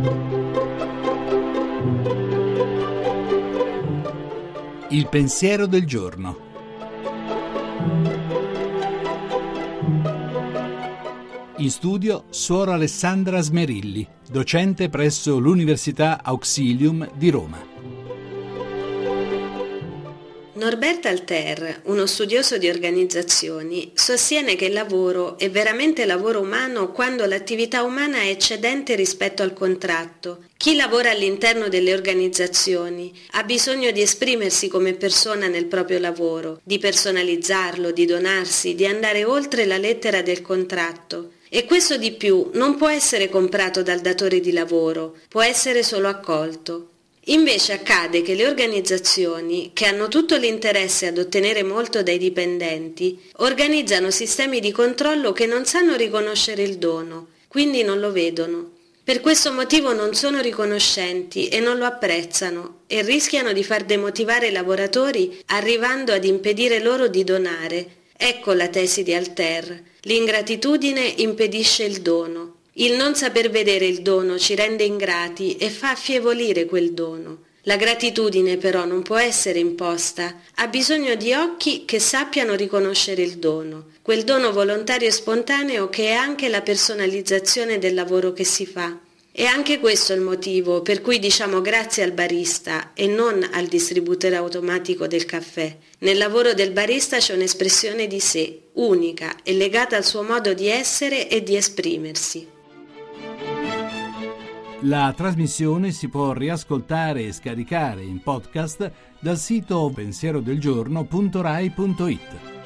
Il pensiero del giorno. In studio Suor Alessandra Smerilli, docente presso l'Università Auxilium di Roma. Norbert Alter, uno studioso di organizzazioni, sostiene che il lavoro è veramente lavoro umano quando l'attività umana è eccedente rispetto al contratto. Chi lavora all'interno delle organizzazioni ha bisogno di esprimersi come persona nel proprio lavoro, di personalizzarlo, di donarsi, di andare oltre la lettera del contratto. E questo di più non può essere comprato dal datore di lavoro, può essere solo accolto. Invece accade che le organizzazioni, che hanno tutto l'interesse ad ottenere molto dai dipendenti, organizzano sistemi di controllo che non sanno riconoscere il dono, quindi non lo vedono. Per questo motivo non sono riconoscenti e non lo apprezzano e rischiano di far demotivare i lavoratori arrivando ad impedire loro di donare. Ecco la tesi di Alter: l'ingratitudine impedisce il dono. Il non saper vedere il dono ci rende ingrati e fa affievolire quel dono. La gratitudine però non può essere imposta, ha bisogno di occhi che sappiano riconoscere il dono, quel dono volontario e spontaneo che è anche la personalizzazione del lavoro che si fa. E anche questo è il motivo per cui diciamo grazie al barista e non al distributore automatico del caffè. Nel lavoro del barista c'è un'espressione di sé, unica e legata al suo modo di essere e di esprimersi. La trasmissione si può riascoltare e scaricare in podcast dal sito pensierodelgiorno.rai.it.